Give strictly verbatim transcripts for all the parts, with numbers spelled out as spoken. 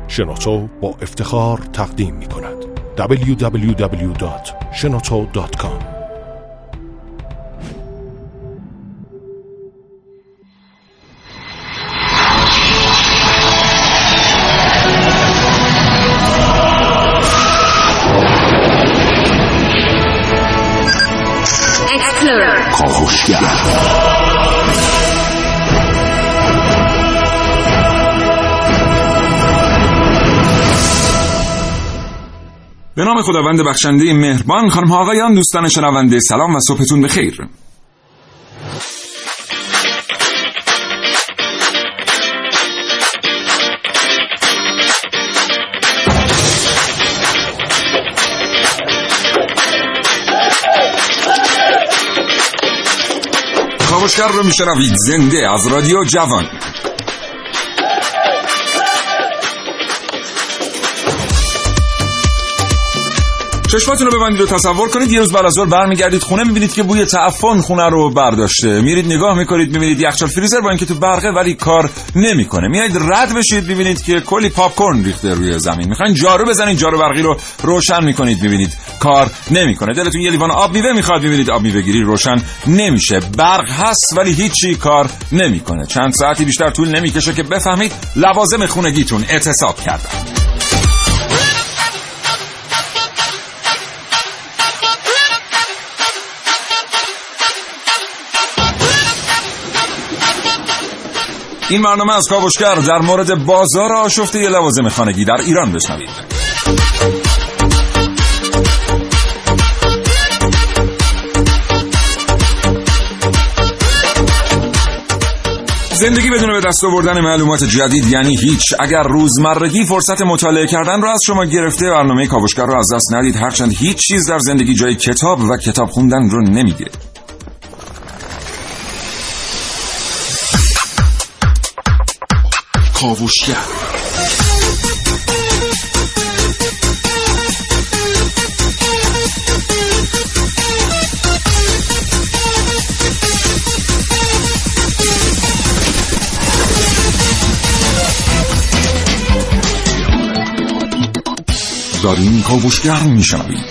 شنوتو با افتخار تقدیم می کند دبلیو دبلیو دبلیو دات شنوتو دات کام. کاوشگر. به نام خداوند بخشنده مهربان. خانم ها آقایان، دوستان شنونده، سلام و صبحتون بخیر. کاوشگر رو میشنوید زنده از رادیو جوان. چشماتون رو ببندید و تصور کنید یه روز بعد از ظهر برمیگردید خونه، میبینید که بوی تعفن خونه رو برداشته. میرید نگاه میکنید، میبینید یخچال فریزر با اینکه تو برقه ولی کار نمیکنه. میایید رد بشید، میبینید که کلی پاپ کورن ریخته روی زمین. میخواین جارو بزنید، جارو برقی رو روشن میکنید، میبینید کار نمیکنه. دلتون یه لیوان آب میوه میخواد، میبینید آب میوه گیری روشن نمیشه. برق هست ولی هیچی کار نمیکنه. چند ساعتی بیشتر طول نمیکشه که بفهمید لوازم خونگیتون اعتصاب کردن. این برنامه از کاوشگر در مورد بازار آشفته لوازم خانگی در ایران بشنوید. زندگی بدون به دست آوردن معلومات جدید یعنی هیچ. اگر روزمرگی فرصت مطالعه کردن رو از شما گرفته، برنامه کاوشگر رو از دست ندید، هرچند هیچ چیز در زندگی جای کتاب و کتاب خوندن رو نمیگیره. کاوشگر. دارین کاوشگر میشنوید.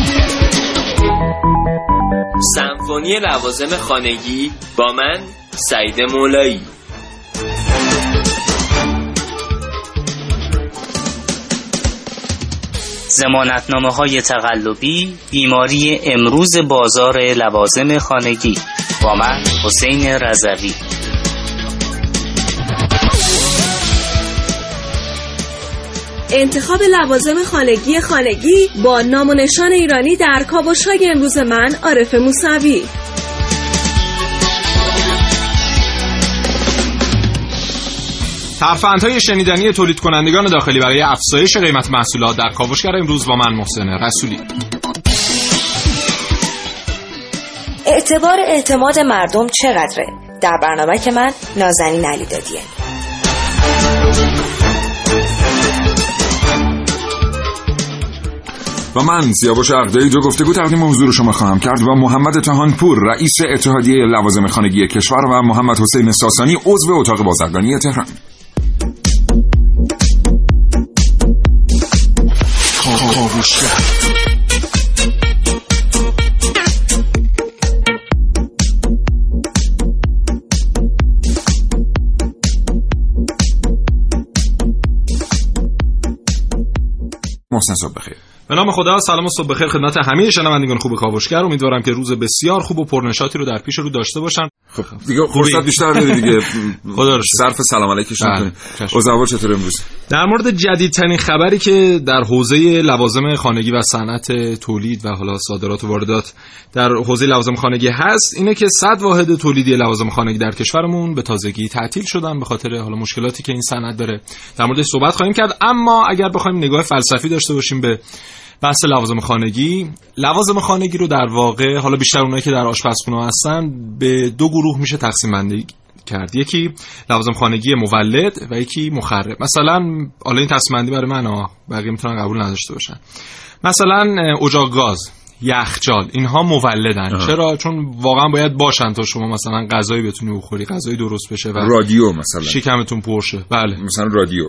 سمفونی لوازم خانگی با من سعید مولایی. ضمانتنامه‌های تقلبی، بیماری امروز بازار لوازم خانگی با من حسین رضوی. انتخاب لوازم خانگی خانگی با نام و نشان ایرانی در کاوش‌های امروز من عارف موسوی. ترفندهای شنیدنی تولید کنندگان داخلی برای افزایش قیمت محصولات در کاوشگر امروز با من محسن رسولی. اعتبار اعتماد مردم چقدره؟ در برنامه که من نازنین علیدادیه. و من سیاوش عقدایی دو گفتگو تقدیم حضور رو شما خواهم کرد با محمد طحانپور، رئیس اتحادیه لوازم خانگی کشور، و محمد حسین ساسانی، عضو اتاق بازرگانی تهران. کاوشگر. محسن صبح بخیر. به نام خدا، سلام و صبح بخیر خدمت همه شنوندگان خوب کاوشگر. امیدوارم که روز بسیار خوب و پرنشاطی رو در پیش رو داشته باشن. خب دیگه فرصت بیشتر میده دیگه. خدا رو صرف سلام علیکش می‌کنیم. اوضاع چطور امروز؟ در مورد جدیدترین خبری که در حوزه لوازم خانگی و صنعت تولید و حالا صادرات و واردات در حوزه لوازم خانگی هست، اینه که صد واحد تولیدی لوازم خانگی در کشورمون به تازگی تعطیل شدن به خاطر حالا مشکلاتی که این صنعت داره. در موردش صحبت خواهیم کرد. اما اگر بخوایم نگاه فلسفی داشته باشیم به بحث لوازم خانگی، لوازم خانگی رو در واقع حالا بیشتر اونایی که در آشپزخونه هستن به دو گروه میشه تقسیم بندی کرد. یکی لوازم خانگی مولد و یکی مخرب. مثلا حالا این تقسیم بندی برای من ها، بقیه میتونن قبول نداشته باشن. مثلا اجاق گاز، یخچال، اینها مولدن. آه. چرا؟ چون واقعا باید باشن تا شما مثلا غذایی بتونی بخوری، غذایی درست بشه و رادیو مثلا شکمتون پرشه. بله، مثلا رادیو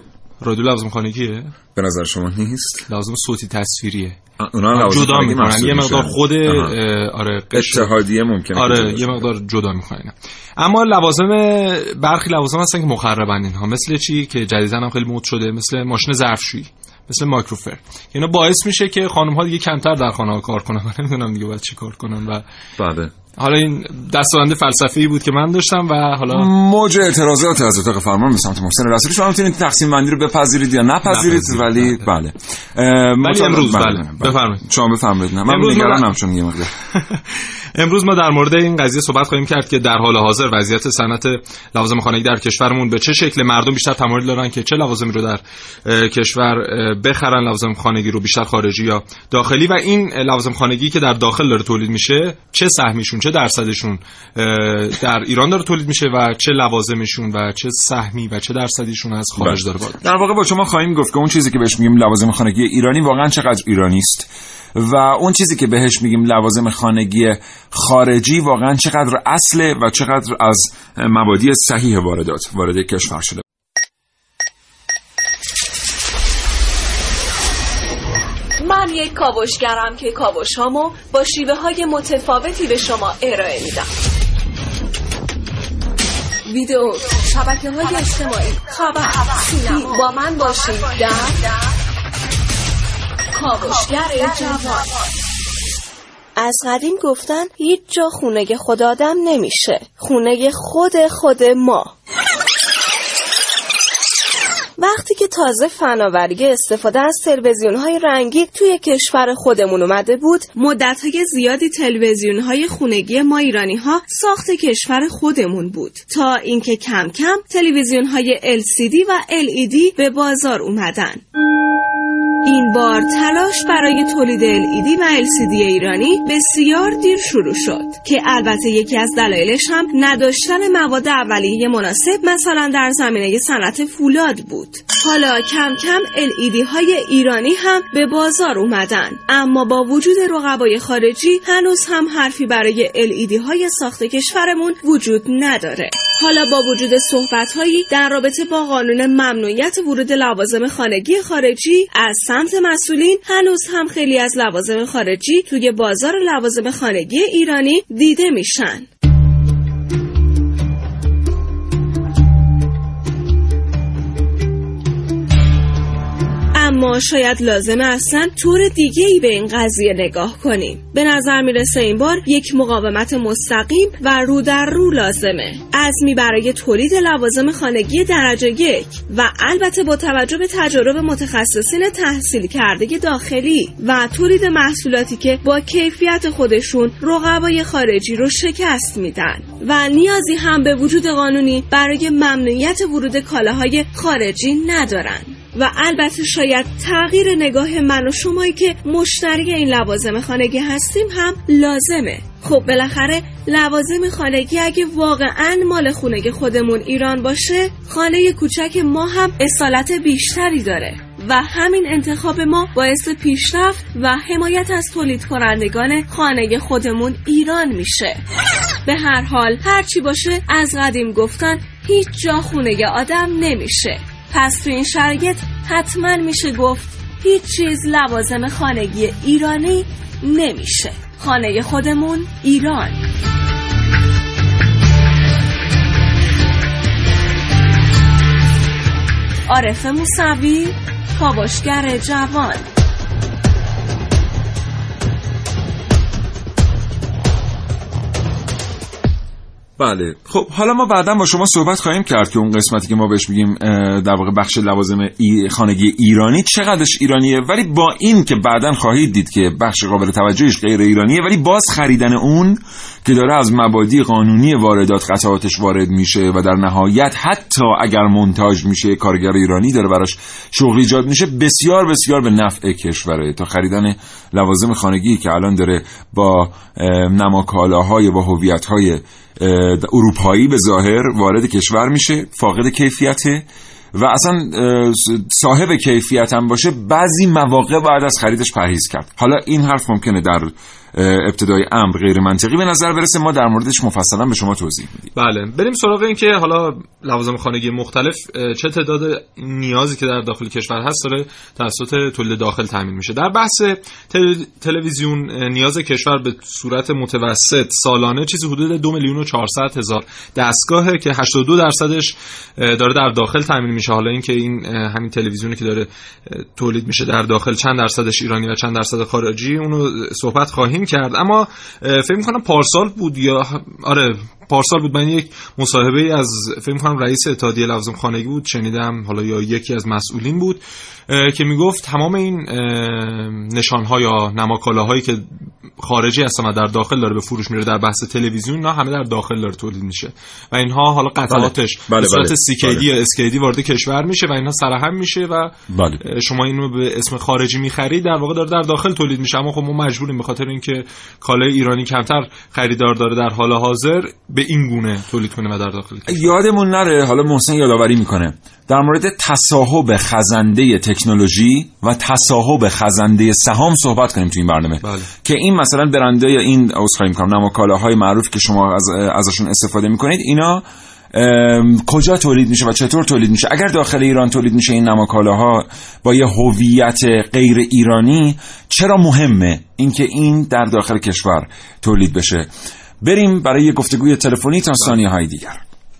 رادیو لوازم خانگیه؟ به نظر شما نیست؟ لوازم صوتی تصویریه. اونا جدا میکنن یه مقدار خود آره اتحادیه ممکنه آره یه مقدار جدا میکنن. اما لوازم برخی لوازم هستن که مخربن اینها، مثل چی که جدیداً هم خیلی مد شده، مثل ماشین ظرفشویی، مثل مایکروفر. اینا باعث میشه که خانم ها دیگه کمتر در خانه ها کار کنن. من نمیدونم دیگه باید چی کار کنن. و بله حالا این دستبند فلسفی بود که من داشتم و حالا موج اعتراضات از اتاق فرمان به سمت محسن رسولی. شما میتونید تقسیم بندی رو بپذیرید یا نپذیرید، ولی بله ولی امروز بله بفرمایید شما بفرمایید. نه من نگرانم چون یه مقدار امروز ما در مورد این قضیه صحبت خواهیم کرد که در حال حاضر وضعیت صنعت لوازم خانگی در کشورمون به چه شکل، مردم بیشتر تمایل دارن که چه لوازمی رو در کشور بخرن، لوازم خانگی رو بیشتر خارجی یا داخلی، و این لوازم خانگی که در داخل داره تولید میشه چه سهمیشون، چه درصدشون در ایران داره تولید میشه و چه لوازمشون و چه سهمی و چه درصدیشون از خارج داره وارد. در واقع با شما خواهیم گفت که اون چیزی که بهش میگیم لوازم خانگی ایرانی واقعا چقدر ایرانی است و اون چیزی که بهش میگیم لوازم خانگی خارجی واقعا چقدر اصله و چقدر از مبادی صحیح واردات وارد کشور شده. من یک کاوشگرم که کاوش‌هامو با شیوه های متفاوتی به شما ارائه میدم. ویدیو، شبکه‌های اجتماعی، خبر، سینما. با من باشید در کاوشگر جوان. از قدیم گفتن هیچ جا خونه خود آدم نمیشه، خونه خود خود ما. وقتی که تازه فناوری استفاده از تلویزیون‌های رنگی توی کشور خودمون اومده بود، مدت‌های زیادی تلویزیون‌های خونگی ما ایرانی‌ها ساخت کشور خودمون بود، تا اینکه کم کم تلویزیون‌های ال سی دی و ال ای دی به بازار اومدن. این بار تلاش برای تولید ال ای دی و ال سی دی ایرانی بسیار دیر شروع شد که البته یکی از دلایلش هم نداشتن مواد اولیه مناسب، مثلا در زمینه صنعت فولاد بود. حالا کم کم ال ای دی های ایرانی هم به بازار اومدن، اما با وجود رقبای خارجی هنوز هم حرفی برای ال ای دی های ساخت کشورمون وجود نداره. حالا با وجود صحبت‌هایی در رابطه با قانون ممنوعیت ورود لوازم خانگی خارجی از سمت مسئولین، هنوز هم خیلی از لوازم خارجی توی بازار لوازم خانگی ایرانی دیده میشن. اما شاید لازمه اصلا طور دیگه‌ای به این قضیه نگاه کنیم. به نظر میرسه این بار یک مقاومت مستقیم و رو در رو لازمه. عزمی برای تولید لوازم خانگی درجه یک و البته با توجه به تجارب متخصصین تحصیل کرده داخلی و تولید محصولاتی که با کیفیت خودشون رقبای خارجی رو شکست میدن و نیازی هم به وجود قانونی برای ممنوعیت ورود کالاهای خارجی ندارن. و البته شاید تغییر نگاه من و شمایی که مشتری این لوازم خانگی هستیم هم لازمه. خب بالاخره لوازم خانگی اگه واقعاً مال خونه خودمون ایران باشه، خانه کوچک ما هم اصالت بیشتری داره و همین انتخاب ما باعث پیشرفت و حمایت از تولید کنندگان خانه خودمون ایران میشه. به هر حال هرچی باشه، از قدیم گفتن هیچ جا خونه آدم نمیشه. پس تو این شرایط حتما میشه گفت هیچ چیز لوازم خانگی ایرانی نمیشه. خانه خودمون ایران. عارف موسوی، کاوشگر جوان. بله، خب حالا ما بعدا با شما صحبت خواهیم کرد که اون قسمتی که ما بهش میگیم در واقع بخش لوازم ای خانگی ایرانی چقدرش ایرانیه، ولی با این که بعدا خواهید دید که بخش قابل توجهش غیر ایرانیه، ولی باز خریدن اون که داره از مبادی قانونی واردات قطعاتش وارد میشه و در نهایت حتی اگر مونتاژ میشه کارگر ایرانی داره براش شغل ایجاد میشه، بسیار بسیار به نفع کشوره تا خریدن لوازم خانگی که الان داره با نماکالاهای با هویت‌های اروپایی به ظاهر وارد کشور میشه، فاقد کیفیته و اصلا صاحب کیفیت هم باشه، بعضی مواقع بعد از خریدش پرهیز کرد. حالا این حرف ممکنه در ابتدای امر غیر منطقی به نظر برسه، ما در موردش مفصلا به شما توضیح میدیم. بله، بریم سراغ این که حالا لوازم خانگی مختلف چه تعداد نیازی که در داخل کشور هست داره توسط تولید داخل تامین میشه. در بحث تل... تلویزیون نیاز کشور به صورت متوسط سالانه چیزی حدود دو میلیون و چهارصد هزار دستگاهه که هشتاد و دو درصدش داره در داخل تامین میشه. حالا اینکه این همین تلویزیونی که داره تولید میشه در داخل چند درصدش ایرانی و چند درصد خارجی، اونو صحبت خواهیم کرد. اما فکر می‌کنم پارسال بود یا آره پارسال بود، من یک مصاحبه از فکر می‌کنم رئیس اتحادیه لوازم خانگی بود شنیدم، حالا یا یکی از مسئولین بود که میگفت تمام این نشان‌ها یا نماکالاهایی که خارجی هستن و در داخل داره به فروش میره در بحث تلویزیون، نه همه در داخل داره تولید میشه و اینها حالا قطعاتش بله. به صورت بله. سی کی دی بله. یا اس کی دی وارد کشور میشه و اینها سرهم میشه و بله. شما اینو به اسم خارجی میخرید، در واقع داره در داخل تولید میشه. اما خب ما مجبوریم به خاطر اینکه کالای ایرانی کمتر خریدار داره در حال حاضر به این گونه تولید کنه و در داخل کشور. یادمون نره، حالا محسن یادآوری میکنه در مورد تصاحب خزنده تکنولوژی و تصاحب خزنده سهام صحبت کنیم تو این برنامه. بله. که این مثلا برنده یا این عذرخواهی میکنم نماکالاهای معروف که شما از ازشون استفاده میکنید، اینا کجا تولید میشه و چطور تولید میشه؟ اگر داخل ایران تولید میشه این نماکالاها با یه هویت غیر ایرانی، چرا مهمه اینکه این در داخل کشور تولید بشه؟ بریم برای یه گفتگوی تلفنی تا ثانیه های دیگر.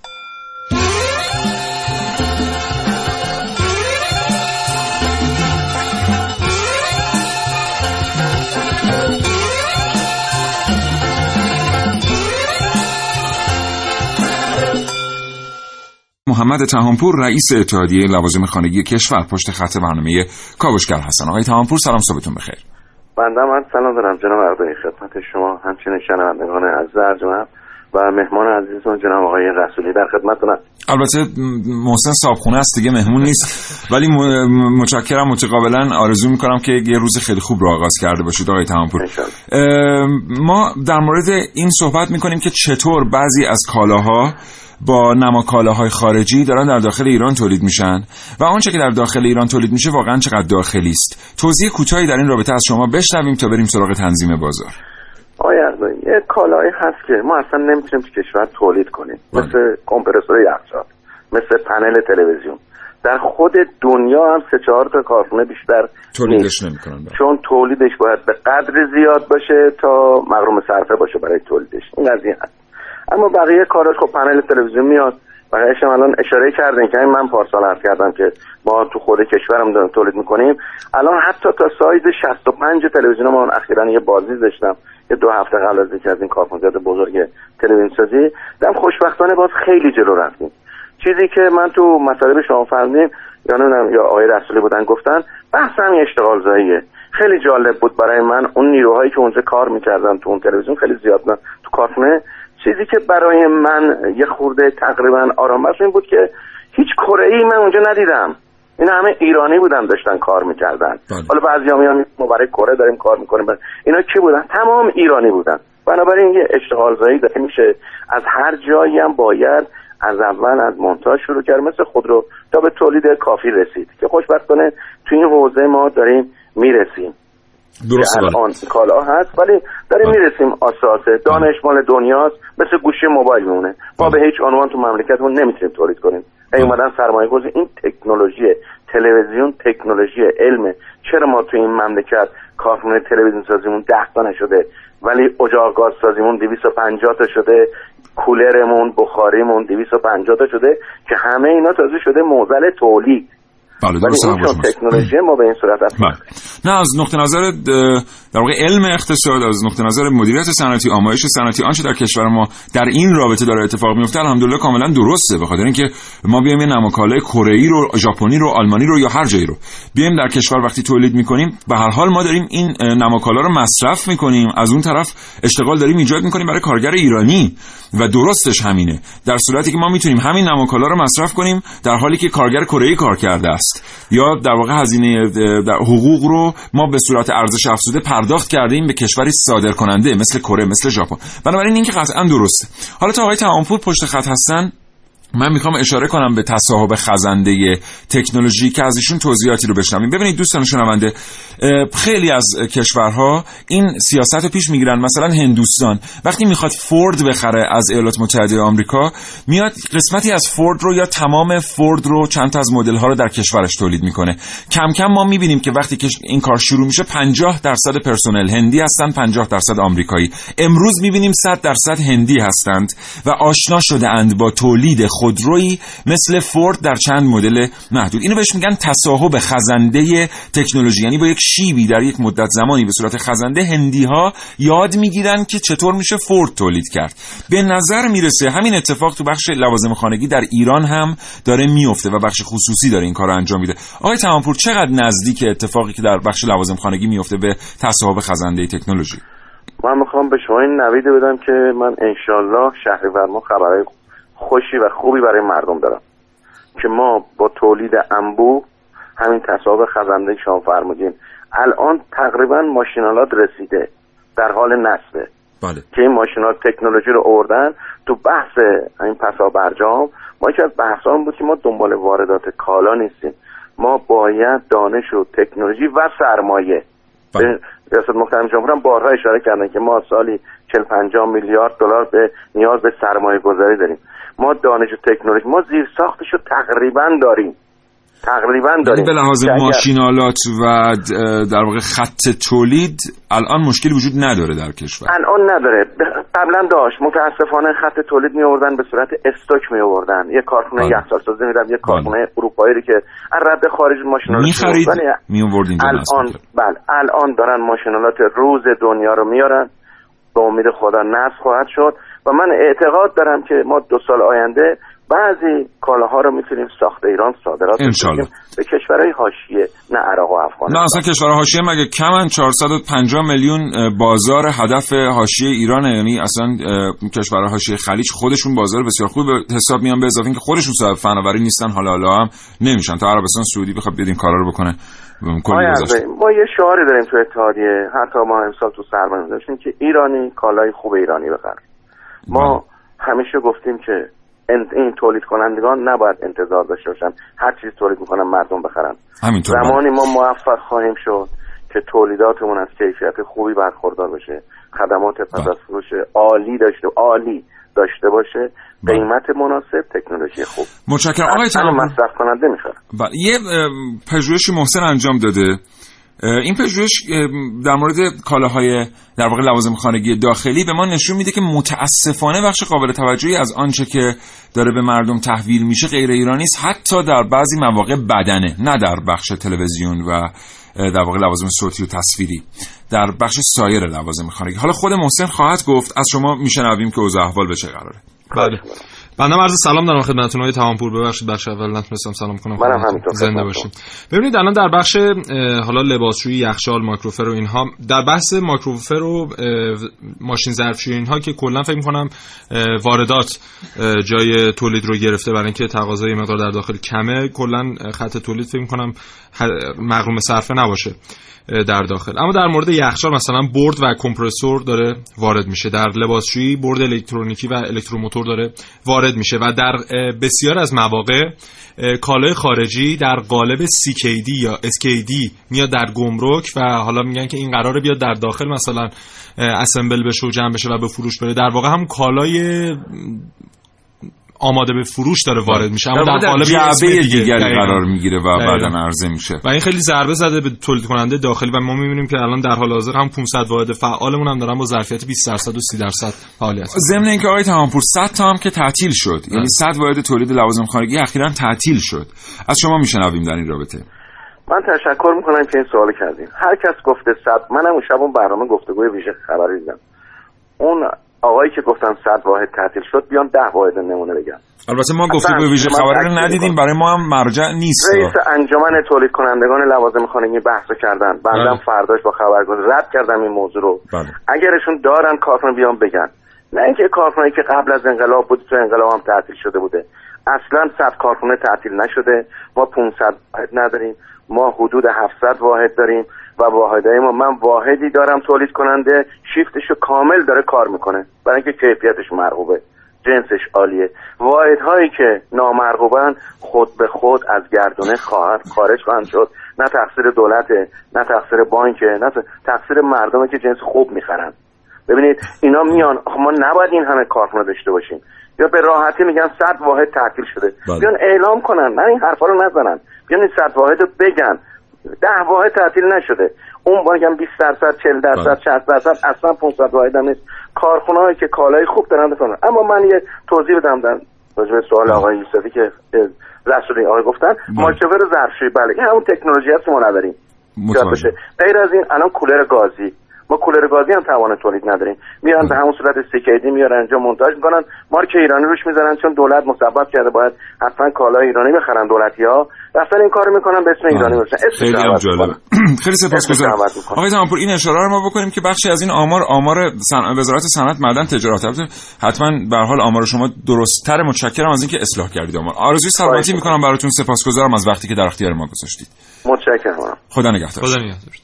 محمد تهامپور رئیس اتحادیه لوازم خانگی کشور پشت خط برنامه کاوشگر هستن. آقای تهامپور سلام، صبحتون بخیر. بنده من سلام دارم جناب اردوی، خدمت شما همچنین شنوندگان عزیز ارجمند و مهمان عزیزتون جناب آقای رسولی در خدمتتونم. البته محسن صابخونه است دیگه، مهمون نیست، ولی متشکرم، متقابلا آرزو میکنم که یه روز خیلی خوب رو آغاز کرده باشید آقای تهامپور. ما در مورد این صحبت میکنیم که چطور بعضی از کالاها با نماکالاهای خارجی دارن در داخل ایران تولید میشن و آنچه که در داخل ایران تولید میشه واقعا چقدر داخلی است. توضیح کوتاهی در این رابطه از شما بشنویم تا بریم سراغ تنظیم بازار. آیا یه کالایی هست که ما اصلا نمیتونیم تو کشور تولید کنیم، بله. مثل کمپرسور یخچال، مثل پنل تلویزیون. در خود دنیا هم سه چهار تا کارخونه بیشتر تولیدش نمیکنن، چون تولیدش باید به قدر زیاد باشه تا مغروم صرفه باشه برای تولیدش. این قضیه هست. اما بقیه کاراش خب پنل تلویزیون میاد. بقیه‌اش هم الان اشاره کردن که من پارسال عرض کردم که ما تو خود کشورم داریم تولید میکنیم. الان حتی تا سایز شصت و پنج تلویزیون ما اخیراً یه بازی داشتم یه دو هفته قبل از اینکه از این کارخانجات بزرگ تلویزیون سازی دم خوشبختانه باز خیلی جلو رفتیم. چیزی که من تو مطالب شما فرمودین یا نمیدونم یا آقای رسولی بودن گفتن، بحث همین اشتغال زاییه. خیلی جالب بود برای من اون نیروهایی که اونجا کار میکردن تو اون تلویزیون خیلی زیاد نه. تو کارخونه چیزی که برای من یه خورده تقریبا آرام بخش این بود که هیچ کره‌ای من اونجا ندیدم. این همه ایرانی بودن داشتن کار میکردن. حالا بعضیا میگن ما برای کره داریم کار میکنیم، اینا کی بودن؟ تمام ایرانی بودن. بنابراین یه اشتغال زایی داره میشه. از هر جایی هم باید از اول از مونتاژ شروع کرد مثل خودرو تا به تولید کافی رسید که خوشبختانه تو این حوزه ما داریم میرسیم. درسته، الان کالا هست ولی داریم میرسیم. اساسه دانش مال دنیاست، مثل گوشی موبایل میمونه. ما به هیچ عنوان تو مملکتمون نمیتونیم تولید کنیم. ای اومدن سرمایه گذاری، این تکنولوژی تلویزیون تکنولوژی علمه. چرا ما تو این مملکت کارخونه تلویزیون سازیمون ده تا نشده ولی اجاق گاز سازیمون دویست و پنجاه تا شده، کولرمون بخاریمون دویست و پنجاه تا شده که همه اینا تازه شده معضل تولید. بله درسته، تکنولوژی ما به این صورت است. نه از نقطه نظر در واقع علم اقتصاد، از نقطه نظر مدیریت صنعتی، آمایش صنعتی، آنچه در کشور ما در این رابطه داره اتفاق میفته الحمدلله کاملا درسته. به خاطر اینکه ما بیایم یه نماکالای کره‌ای رو، ژاپنی رو، آلمانی رو یا هر جایی رو بیایم در کشور وقتی تولید میکنیم، به هر حال ما داریم این نماکالا رو مصرف میکنیم، از اون طرف اشتغال داریم ایجاد میکنیم برای کارگر ایرانی و درستش همینه. در صورتی که ما میتونیم همین نماکالا رو مصرف کنیم در حالی که کارگر کره‌ای کار کرده است، یا در واقع هزینه در حقوق رو ما به صورت ارزش افزوده پرداخت کردیم به کشوری صادر کننده مثل کره، مثل ژاپن. بنابراین این که قطعا درسته. حالا تا آقای تهامپور پشت خط هستن من میخوام اشاره کنم به تصاحب خزنده تکنولوژی که از ایشون توضیحاتی رو بشنویم. ببینید دوستان شنونده، خیلی از کشورها این سیاست رو پیش میگیرن. مثلا هندوستان وقتی میخواد فورد بخره از ایالات متحده آمریکا، میاد قسمتی از فورد رو یا تمام فورد رو، چند تا از مدل ها رو در کشورش تولید میکنه. کم کم ما میبینیم که وقتی که این کار شروع میشه پنجاه درصد پرسنل هندی هستن، پنجاه درصد آمریکایی. امروز میبینیم صد درصد هندی هستند و آشنا شده اند با تولید خودرویی مثل فورد در چند مدل محدود. اینو بهش میگن تصاحب خزنده تکنولوژی، یعنی با یک شیبی در یک مدت زمانی به صورت خزنده هندی‌ها یاد میگیرن که چطور میشه فورد تولید کرد. به نظر میرسه همین اتفاق تو بخش لوازم خانگی در ایران هم داره میفته و بخش خصوصی داره این کارو انجام میده. آقای تمامپور، چقدر نزدیک اتفاقی که در بخش لوازم خانگی میفته به تصاحب خزنده تکنولوژی؟ من میخوام به شما این نوید بدم که من انشالله شهریور ما خبرهای خوشی و خوبی برای مردم دارم که ما با تولید انبوه همین تصاحب خزنده شما فرمودین الان تقریبا ماشینالات رسیده در حال نصبه. بله. که این ماشینالات تکنولوژی رو آوردن تو بحث این پسا برجام. ما یکی از بحثام بود که ما دنبال واردات کالا نیستیم، ما باید دانش و تکنولوژی و سرمایه. بله. ریاست محترم جمهور هم بارها اشاره کردن که ما سالی چهل پنجاه میلیارد دلار به نیاز به سرمایه گذاری داریم. ما دانش و تکنولوژی، ما زیر ساختشو تقریبا داریم تقریبا داریم به لحاظ ماشینالات و در واقع خط تولید الان مشکلی وجود نداره در کشور. الان نداره، قبلا داشت. متاسفانه خط تولید می آوردن به صورت استوک می آوردن، یه کارخونه یخچال سازی می‌دادن، یه کارخونه اروپایی که از رد خارج ماشینالات می‌خرید می‌آورد اینجا. الان بله الان دارن ماشینالات روز دنیا رو میارن، به امید خدا نصب خواهد شد و من اعتقاد دارم که ما دو سال آینده بعضی کالاها رو میتونیم ساخت ایران صادرات کنیم به کشورهای حاشیه، نه عراق و افغانستان. نه اصلا کشورهای حاشیه مگه کمن؟ چهارصد و پنجاه میلیون بازار هدف حاشیه ایرانه، یعنی اصلا کشورهای حاشیه خلیج خودشون بازار بسیار خوب به حساب میان، به اضافه اینکه خودشون صاحب فناوری نیستن، حالا حالا هم نمیشن. تا عربستان سعودی بخواد بیاد این کارا رو بکنه. ما یه شعاری داریم تو اتحادیه، حتی ما امسال تو سرمایه داشتیم که ایرانی کالای خوب ایرانی بخره. ما با. همیشه گفتیم که این تولید کنندگان نباید انتظار داشته باشن هر چیز تولید میکنن مردم بخرن. زمانی ما موفق خواهیم شد که تولیداتمون از کیفیت خوبی برخوردار بشه، خدمات پس از فروش عالی داشته عالی داشته باشه، قیمت مناسب، تکنولوژی خوب. متشکرم آقای تمام. مصرف کننده میخواد. بله. یه پژوهشی محسن انجام داده. این پژوهش در مورد کالاهای در واقع لوازم خانگی داخلی به ما نشون میده که متاسفانه بخش قابل توجهی از آنچه که داره به مردم تحویل میشه غیر ایرانی است، حتی در بعضی مواقع بدنه، نه در بخش تلویزیون و در واقع لوازم صوتی و تصویری، در بخش سایر لوازم خانگی. حالا خود محسن خواهد گفت، از شما میشنویم که اوضاع احوال به چه قراره. بله. بنده عرض سلام دارم خدمتتون آقای تمامپور. ببخشید بخش اول نتونستم سلام کنم. منم همینطور. زنده باشید. ببینید الان در بخش حالا لباسشویی، یخچال، مایکروفر و اینها، در بحث مایکروفر و ماشین ظرفشویی اینها که کلا فکر می‌کنم واردات جای تولید رو گرفته برای اینکه تقاضای مقدار در داخل کمه، کلا خط تولید فکر می‌کنم مغروم صرفه نباشه در داخل. اما در مورد یخچال مثلا برد و کمپرسور داره وارد میشه، در لباسشویی برد الکترونیکی و الکتروموتور داره وارد میشه و در بسیار از مواقع کالای خارجی در قالب سی کی دی یا اس کی دی میاد در گمرک و حالا میگن که این قراره بیاد در داخل مثلا اسمبل بشه و جمع بشه و به فروش بره. در واقع هم کالای آماده به فروش داره وارد میشه، اما در قالب جعبه دیگری قرار میگیره و بعداً عرضه میشه و این خیلی ضربه زده به تولید کننده داخلی و ما میبینیم که الان در حال حاضر هم پانصد واحد فعالمون هم دارن با ظرفیت بیست درصد و سی درصد فعالیت. ضمن اینکه آقای تمامپور صد تا هم که تعطیل شد، یعنی صد واحد تولید لوازم خانگی اخیراً تعطیل شد. از شما میشنویم در این رابطه. من تشکر میکنم که این سوال کردین. هر کس گفته صد، منم اون شب اون برنامه گفتگوی ویژه خبری دیدم، اون آقایی که گفتن صد واحد تعطیل شد بیان ده واحد نمونه بگن. البته ما گفتگوی ویژه خبری رو ندیدیم، برای ما هم مرجع نیست. رئیس انجمن تولید کنندگان لوازم خانگی بحث کردن، بندم فرداش با خبرگزاری رد کردم این موضوع رو. بله. اگرشون دارن کارخونه بیان بگن، نه اینکه کارخونه‌ای که قبل از انقلاب بود تو انقلاب هم تعطیل شده بوده. اصلا صد کارخونه تعطیل نشده. ما پانصد واحد نداریم، ما حدود هفتصد واحد داریم و واحدهای ما، من واحدی دارم تولید کننده شیفتشو کامل داره کار میکنه برای اینکه کیفیتش مرغوبه. جنسش عالیه. واحدهایی که نامرغوبن خود به خود از گردونه خواهد خارج خواهند شد. نه تقصیر دولته، نه تقصیر بانکه، نه تقصیر مردمه که جنس خوب میخرن. ببینید اینا میان، ما نباید این همه کارخونه داشته باشیم. یا به راحتی میگن صد واحد تعطیل شده. بله. بیان اعلام کنن، نه این حرفا رو نزنن. بیان این صد واحد رو بگن. ده واحد تعطیل نشده. اون بگم بیست درصد، چهل درصد، شصت درصد، اصلا پانصد واحد هم نیست. کارخونه‌هایی که کالای خوب دارن بکنن. اما من یه توضیح بدم در راجع به سوال آقای یوسفی که رسولی آقای گفتن، مایکروویو ظرفشویی، بله این همون تکنولوژی هست که ما نداریم. متوجه. غیر از این الان کولر گازی، ما کولر گازی هم توان تولید نداریم. میارن به همون صورت سیکیدی میارن اینجا مونتاژ میکنن، مارک ایرانی روش میذارن چون دولت مسبب کرده باید حتما کالای ایرانی بخرن دولتی‌ها. رفتن این کارو میکنن به اسم ایرانی باشن. خیلی هم جالبه. خیلی سپاسگزارم. آقای زمانپور این اشاره رو ما بکنیم که بخشی از این آمار آمار صن... وزارت صنعت معدن تجارت البته حتما به هر حال آمار شما درست‌تر. متشکرم از اینکه اصلاح کردید آمار. آرزوی سلامتی میکنم براتون. سپاسگزارم از وقتی که در اختیار ما گذاشتید. متشکرم. خدا نگهدار. خدا نگهدار.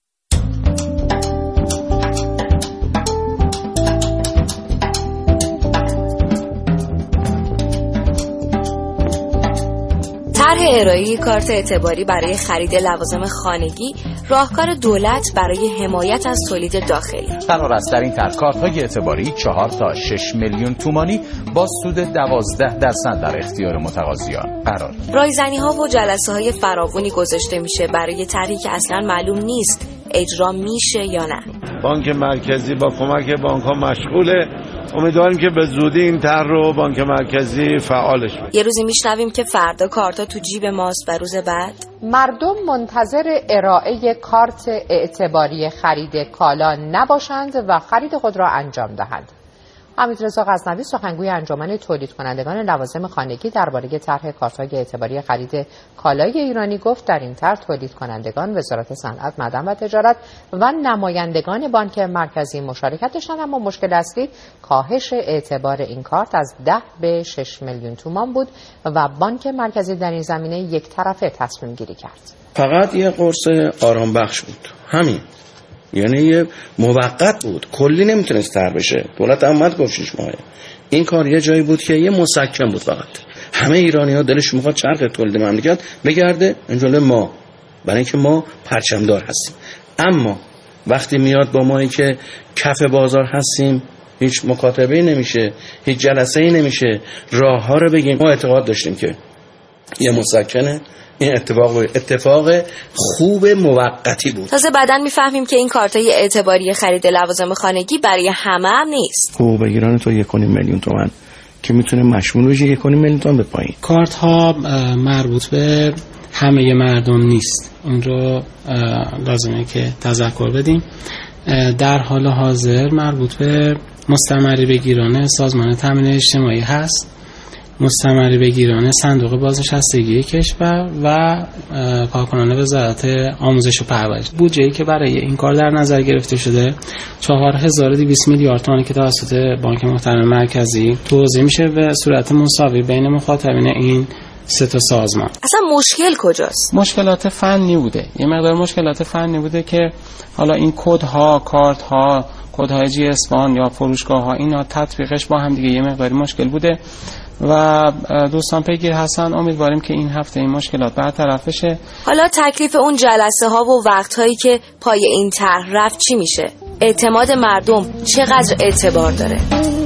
طرح ارائه کارت اعتباری برای خرید لوازم خانگی راهکار دولت برای حمایت از تولید داخلی. قرار است در این طرح کارت‌های اعتباری چهار تا شش میلیون تومانی با سود دوازده درصد در اختیار متقاضیان قرار. رایزنی‌ها و جلسه‌های فراوانی گذاشته میشه برای طرحی که اصلاً معلوم نیست اجرا میشه یا نه. بانک مرکزی با کمک بانک‌ها مشغوله. امیدواریم که به زودی این طرح رو بانک مرکزی فعالش کنه. یه روزی میشنویم که فردا کارتا تو جیب ماست و روز بعد مردم منتظر ارائه کارت اعتباری خرید کالا نباشند و خرید خود را انجام دهند. حمیدرضا غزنوی سخنگوی انجمن تولید کنندگان لوازم خانگی درباره طرح کارت‌های اعتباری خرید کالای ایرانی گفت در این طرح تولید کنندگان، وزارت صنعت، معدن و تجارت و نمایندگان بانک مرکزی مشارکت داشتند، اما مشکل اصلی کاهش اعتبار این کارت از ده به شش میلیون تومان بود و بانک مرکزی در این زمینه یک طرفه تصمیم گیری کرد. فقط یه قرص آرام بخش بود، همین، یعنی یه موقت بود، کلی نمیتونست تر بشه. دولت اومد گفت شش ماهه. این کار یه جایی بود که یه مسکن بود، فقط همه ایرانی‌ها دلش میخواد چرخ تولید مملکت بگرده، اینجوری ما، برای اینکه ما پرچمدار هستیم. اما وقتی میاد با مایی که کف بازار هستیم، هیچ مکاتبه‌ای نمیشه، هیچ جلسه‌ای نمیشه، راه‌ها رو بگیم. ما اعتقاد داشتیم که یه مسکنه، این اتفاق اتفاق خوب موقتی بود. تازه بعداً میفهمیم که این کارتای اعتباری خرید لوازم خانگی برای همه هم نیست. خوب بگیرن تو یک و نیم میلیون تومان که میتونه مشمول بشه یک و نیم میلیون تومان به پایین. کارت ها مربوط به همه مردم نیست. این رو لازمه که تذکر بدیم. در حال حاضر مربوط به مستمری بگیران سازمان تامین اجتماعی هست، مستمری بگیران صندوق بازنشستگی کشور و کارکنان وزارت آموزش و پرورش. بودجه‌ای که برای این کار در نظر گرفته شده چهار هزار و دویست میلیارد تومان که توسط بانک محترم مرکزی توزیع میشه به صورت مساوی بین مخاطبین این سه تا سازمان. اصلا مشکل کجاست؟ مشکلات فنی بوده. یه مقدار مشکلات فنی بوده که حالا این کدها، کارت‌ها، کدهای جی اس وان یا فروشگاه‌ها، اینا تطبیقش با هم دیگه یه مقداری مشکل بوده و دوستان پیگیر هستن. امیدواریم که این هفته این مشکلات برطرف بشه. حالا تکلیف اون جلسه ها و وقت هایی که پای این طرح رفت چی میشه؟ اعتماد مردم چقدر اعتبار داره؟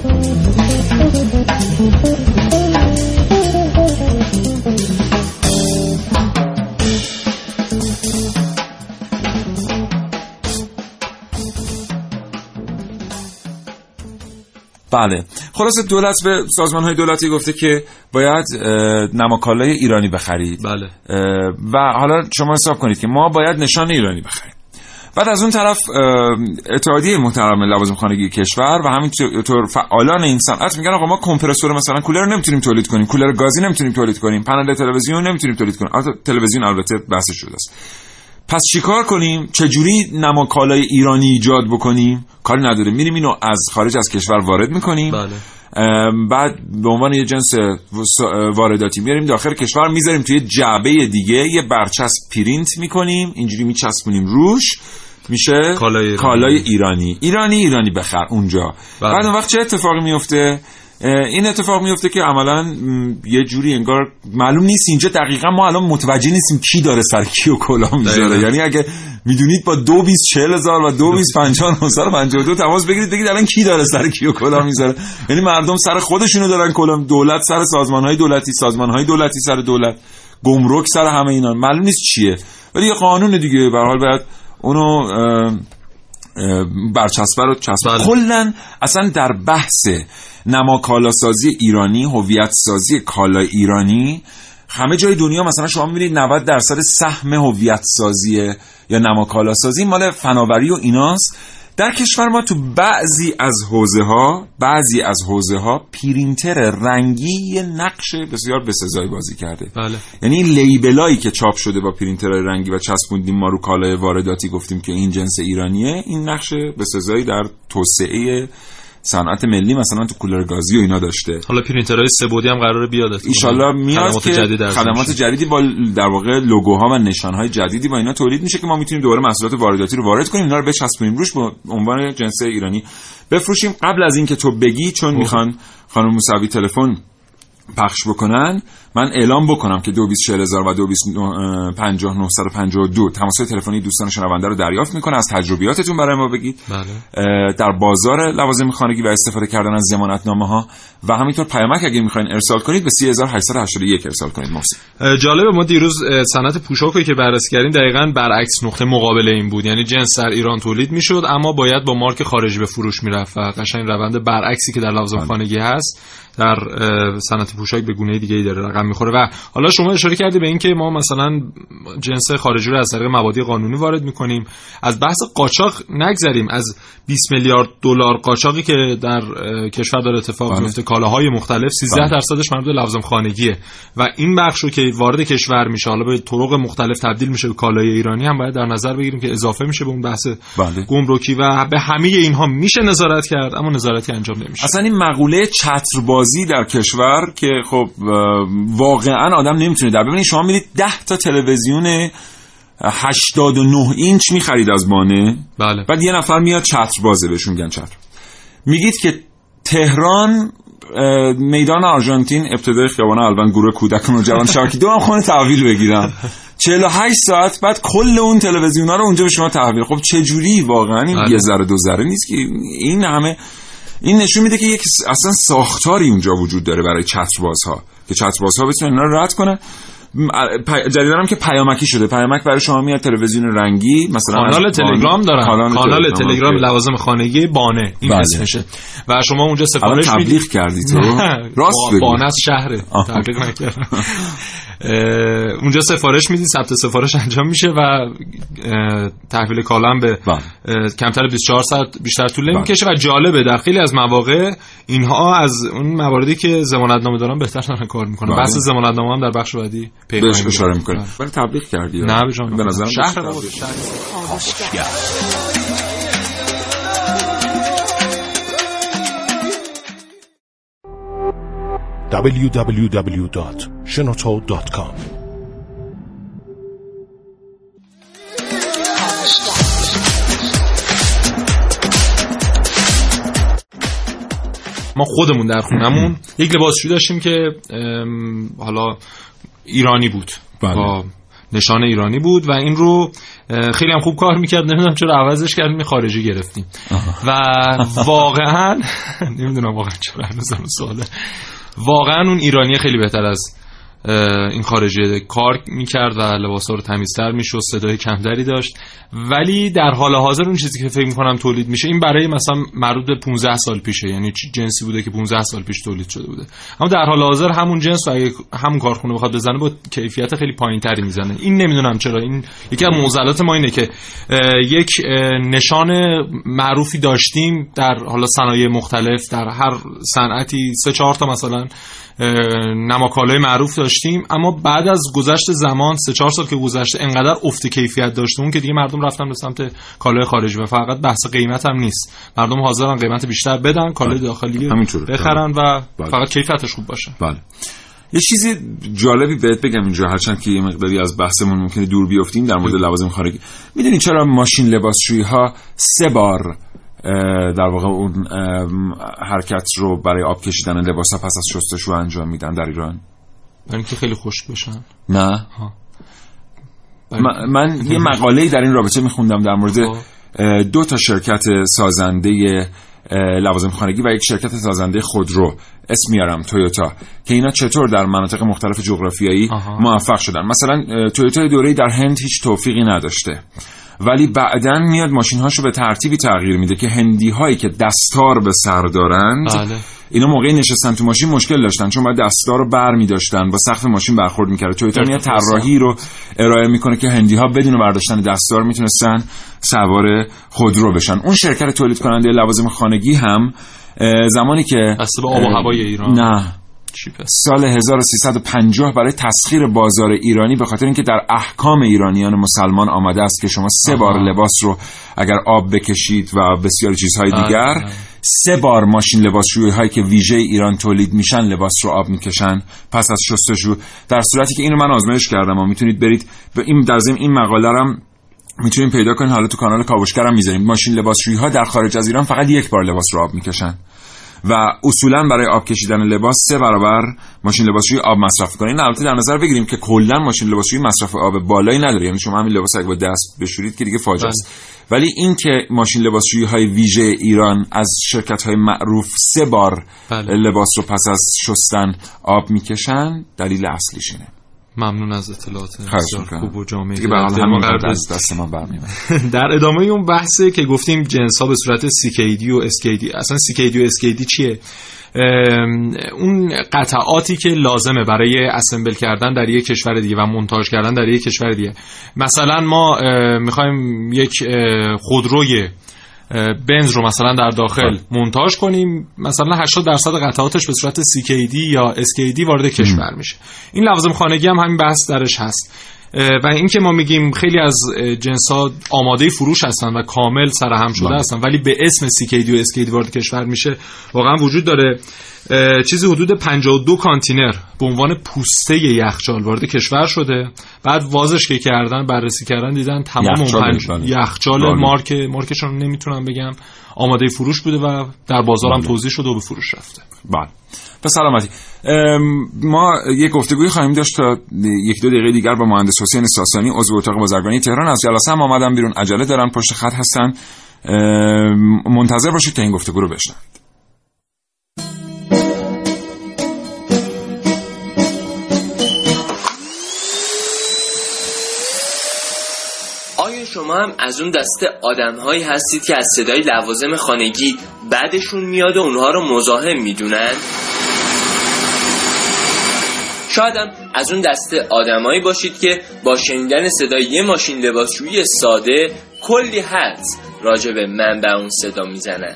بله، خلاصه دولت به سازمان‌های دولتی گفته که باید نماکالای ایرانی بخرید. بله. و حالا شما حساب کنید که ما باید نشان ایرانی بخریم. بعد از اون طرف اتحادیه محترم لوازم خانگی کشور و همینطور فعالان این صنعت میگن آقا ما کمپرسور مثلا کولر نمیتونیم تولید کنیم، کولر گازی نمیتونیم تولید کنیم، پنل تلویزیون نمیتونیم تولید کنیم. البته تلویزیون البته بحث شده است. پس چیکار کنیم؟ چجوری نماکالای ایرانی ایجاد بکنیم؟ کاری نداره، میریم اینو از خارج از کشور وارد میکنیم. بله. بعد به عنوان یه جنس وارداتی میاریم داخل کشور، میذاریم توی جعبه دیگه، یه برچسب پرینت میکنیم، اینجوری میچسبونیم روش، میشه کالای ایرانی. کالای ایرانی ایرانی ایرانی بخر اونجا. بله. بعد اون وقت چه اتفاقی میفته؟ این اتفاق میفته که عملا یه جوری انگار معلوم نیست اینجا دقیقا ما الان متوجه نیستیم کی داره سر کیو کلاه میذاره. یعنی اگه میدونید با دو بیست چهل هزار و دو بیست پنجاه نهصد و پنجاه و دو تماس بگیرید بگید الان کی داره سر کیو کلاه میذاره. یعنی مردم سر خودشونو دارن کلاه، دولت سر سازمانهای دولتی، سازمانهای دولتی سر دولت، گمرک سر همه اینا، معلوم نیست چیه. ولی یه قانون دیگه به هر حال باید اونو برچسبه رو چسب. کلا اصلا در بحث نماکالاسازی ایرانی، هویت سازی کالا ایرانی، همه جای دنیا مثلا شما می‌بینید نود درصد سهم هویت سازی یا نماکالاسازی مال فناوری و ایناست. در کشور ما تو بعضی از حوزه‌ها بعضی از حوزه‌ها پرینتر رنگی یه نقش بسیار بسزایی بازی کرده. بله. یعنی لیبلایی که چاپ شده با پرینتر رنگی و چسبوندیم ما رو کالای وارداتی گفتیم که این جنس ایرانیه، این نقش بسزایی در توسعه صنعت ملی مثلا تو کولر گازی و اینا داشته. حالا پرینترهای سه بعدی هم قراره بیاد. ان شاءالله میاد که جدید خدمات جدیدی با در واقع لوگوها و نشانهای جدیدی با اینا تولید میشه که ما میتونیم دوباره محصولات وارداتی رو وارد کنیم، اینا رو بچسبونیم روش با عنوان جنس ایرانی بفروشیم. قبل از اینکه تو بگی، چون میخوان خانم موسوی تلفن پخش بکنن، من اعلام بکنم که دو بیست چهل هزار و دو بیست پنجاه نهصد و پنجاه و دو تماس‌های تلفنی دوستان شنونده رو دریافت میکنه. از تجربیاتتون برای ما بگید. بله. در بازار لوازم خانگی و استفاده کردن از ضمانتنامه‌ها و همینطور پیامک اگه میخواین ارسال کنید به سه هزار و هشتصد و هشتاد و یک ارسال کنید. محسن جالبه، ما دیروز صنعت پوشاکی که بررسی کردیم دقیقاً برعکس نقطه مقابل این بود. یعنی جنس در ایران تولید میشد اما باید با مارک خارجی به فروش میرفت و قشنگ روند برعکسی که در لوازم خانگی هست در صنعت پوشاک به گونه دیگه‌ای داره رقم میخوره. و حالا شما اشاره کردی به این که ما مثلا جنس خارجی رو از طریق موادی قانونی وارد میکنیم. از بحث قاچاق نگذریم. از بیست میلیارد دلار قاچاقی که در کشور داره اتفاق میفته، کالاهای مختلف، سیزده درصدش مربوط به لوازم خانگیه و این بخش رو که وارد کشور میشه حالا به طرق مختلف تبدیل میشه به کالای ایرانی هم باید در نظر بگیریم که اضافه میشه به اون بحث گمرکی و به همه اینها میشه نظارت کرد اما نظارتی انجام نمیشه. اصلا این مقوله چتربازی در کشور که خب واقعا آدم نمیتونه در ببینید. شما میرید ده تا تلویزیون هشتاد و نه اینچ میخرید از بانه. بله. بعد یه نفر میاد چتربازه، بهشون میگن چتر. میگید که تهران میدان آرژانتین ابتدای خیابان البن گروه کودکان و جوان شبکه دو هم خونه تحویل بگیرم چهل و هشت ساعت بعد کل اون تلویزیونا رو اونجا به شما تحویل. خب چه جوری واقعا این یه ذره دو ذره نیست که این همه. این نشون میده که یک اصلا ساختاری اونجا وجود داره برای چتربازها که چتربازها بتونن اینا رو رد کنن. جدیداً هم که پیامکی شده، پیامک برای شما میاد تلویزیون رنگی مثلا کانال تلگرام دارن، کانال, کانال تلگرام لوازم خانگی بانه این اسمشه و شما اونجا سفارش میدید. تبلیغ کردی تو؟ راست بگو. بانه از شهره، تبلیغ نکردم. اونجا سفارش میدید، ثبت سفارش انجام میشه و تحویل کالم به کمتر بیست و چهار ساعت بیشتر طول نمیکشه و جالبه در خیلی از مواقع اینها از اون مواردی که ضمانتنامه دارن بهتر دارن کار میکنن. بحث ضمانتنامه هم در بخش بعدی بهش اشاره میکنه. ولی تبلیغ کردی؟ نه به جان. به نظرم شهر نبود. دبلیو دبلیو دبلیو دات شنوتو دات کام ما خودمون در خونمون یک لباسشویی داشتیم که حالا ایرانی بود، بله. با نشان ایرانی بود و این رو خیلی هم خوب کار میکرد. نمیدونم چرا عوضش کردیم خارجی گرفتیم و واقعا نمیدونم واقعا چرا هنوزم سواله. واقعا اون ایرانی خیلی بهتر از این خارجی کار میکرد و لباسا رو تمیزتر میشد، صدای کمتری داشت. ولی در حال حاضر اون چیزی که فکر میکنم تولید میشه این برای مثلا مربوط به پانزده سال پیشه، یعنی جنسی بوده که پانزده سال پیش تولید شده بوده، اما در حال حاضر همون جنس و اگه همون کارخونه بخواد بزنه با کیفیت خیلی پایینتری میزنه. این نمیدونم چرا. این یکی از معضلات ما اینه که یک نشان معروفی داشتیم در حالا صنایع مختلف، در هر صنعتی سه چهار تا مثلا نماکالای معروف داشتیم، اما بعد از گذشت زمان سه چهار سال که گذشته انقدر افت کیفیت داشته اون که دیگه مردم رفتن به سمت کالای خارجی و فقط بحث قیمت هم نیست. مردم حاضرن قیمت بیشتر بدن، کالای داخلی بخرن و فقط کیفیتش خوب باشه. بله. یه چیزی جالبی بهت بگم اینجا، هرچند که یه مقداری از بحثمون ممکنه دور بیافتیم در مورد لوازم خانگی. میدونی چرا ماشین لباسشویی ها سه بار در واقع اون حرکت رو برای آب کشیدن لباسا پس از شستشو انجام میدن در ایران؟ برای اینکه خیلی خشک بشن؟ نه. من, من یه مقاله‌ای در این رابطه میخوندم در مورد دو تا شرکت سازنده لوازم خانگی و یک شرکت سازنده خودرو، اسم میارم تویوتا، که اینا چطور در مناطق مختلف جغرافیایی موفق شدن. مثلا تویوتا دوره‌ای در هند هیچ توفیقی نداشته، ولی بعداً میاد ماشین‌هاشو به ترتیبی تغییر میده که هندی‌هایی که دستار به سر دارند بله. اینا موقعی نشستن تو ماشین مشکل داشتن، چون باید دستار رو بر می‌داشتن، با سقف ماشین برخورد می‌کرد. تویوتا میاد طراحی رو ارائه میکنه که هندی‌ها بدون برداشتن دستار میتونستن سوار خودرو بشن. اون شرکت تولید کننده لوازم خانگی هم زمانی که بسته به آب و هوای ایران نه سال هزار و سیصد و پنجاه برای تسخیر بازار ایرانی، به خاطر اینکه در احکام ایرانیان مسلمان آمده است که شما سه بار لباس رو اگر آب بکشید و بسیار چیزهای دیگر، سه بار ماشین لباسشویی هایی که ویژه ایران تولید میشن لباس رو آب میکشن پس از شستشو. در صورتی که اینو من آزمایش کردم و میتونید برید به این در ضمن این مقاله رو میتونید پیدا کنید، حالا تو کانال کاوشگرم میذاریم. ماشین لباسشویی ها در خارج از ایران فقط یک بار لباس رو آب میکشن و اصولا برای آب کشیدن لباس سه برابر ماشین لباسشویی آب مصرف کنه. این البته در نظر بگیریم که کلا ماشین لباسشویی مصرف آب بالایی نداره، یعنی شما همین لباس اگه با دست بشورید که دیگه فاجعه است. ولی این که ماشین لباسشویی های ویژه ایران از شرکت های معروف سه بار بله. لباس رو پس از شستن آب میکشن، دلیل اصلیش اینه. ممنون از اطلاعات خوب و جامعه دیگه برای از دست ما برمیاد. در ادامه اون بحثه که گفتیم جنس ها به صورت سی کی دی و اس کی دی، اصلا سی کی دی و اس کی دی چیه؟ اون قطعاتی که لازمه برای اسمبل کردن در یک کشور دیگه و مونتاژ کردن در یک کشور دیگه. مثلا ما میخوایم یک خودروی بنز رو مثلا در داخل مونتاژ کنیم، مثلا هشتاد درصد قطعاتش به صورت سی کی دی یا اس کی دی وارد کشور میشه. این لوازم خانگی هم همین بحث درش هست. و اینکه ما میگیم خیلی از جنس‌ها آماده فروش هستن و کامل سرهم شده هستن، ولی به اسم سی کی دی و اس کی دی وارد کشور میشه، واقعا وجود داره. چیزی حدود پنجاه و دو کانتینر به عنوان پوسته یخچال وارد کشور شده، بعد وازش که کردن بررسی کردن دیدن تمام اون پنج یخچال مارک مارکشون نمیتونم بگم آماده فروش بوده و در بازار هم توزیع شده و به فروش رفته. بله به سلامتی. ما یک گفتگوی خواهیم داشت تا یک دو دقیقه دیگر با مهندس حسین ساسانی عضو اتاق بازرگانی تهران. از جلسه هم آمدن بیرون، عجله دارن، پشت خط هستن. منتظر باشید تا این گفتگو رو بشنوید. آیا شما هم از اون دسته آدم‌هایی هستید که از صدای لوازم خانگی بعدشون میاد و اونها رو مزاحم میدونن؟ شاید هم از اون دسته آدمایی باشید که با شنیدن صدای یه ماشین لباسشویی ساده کلی حدس راجع به منبع اون صدا میزنن.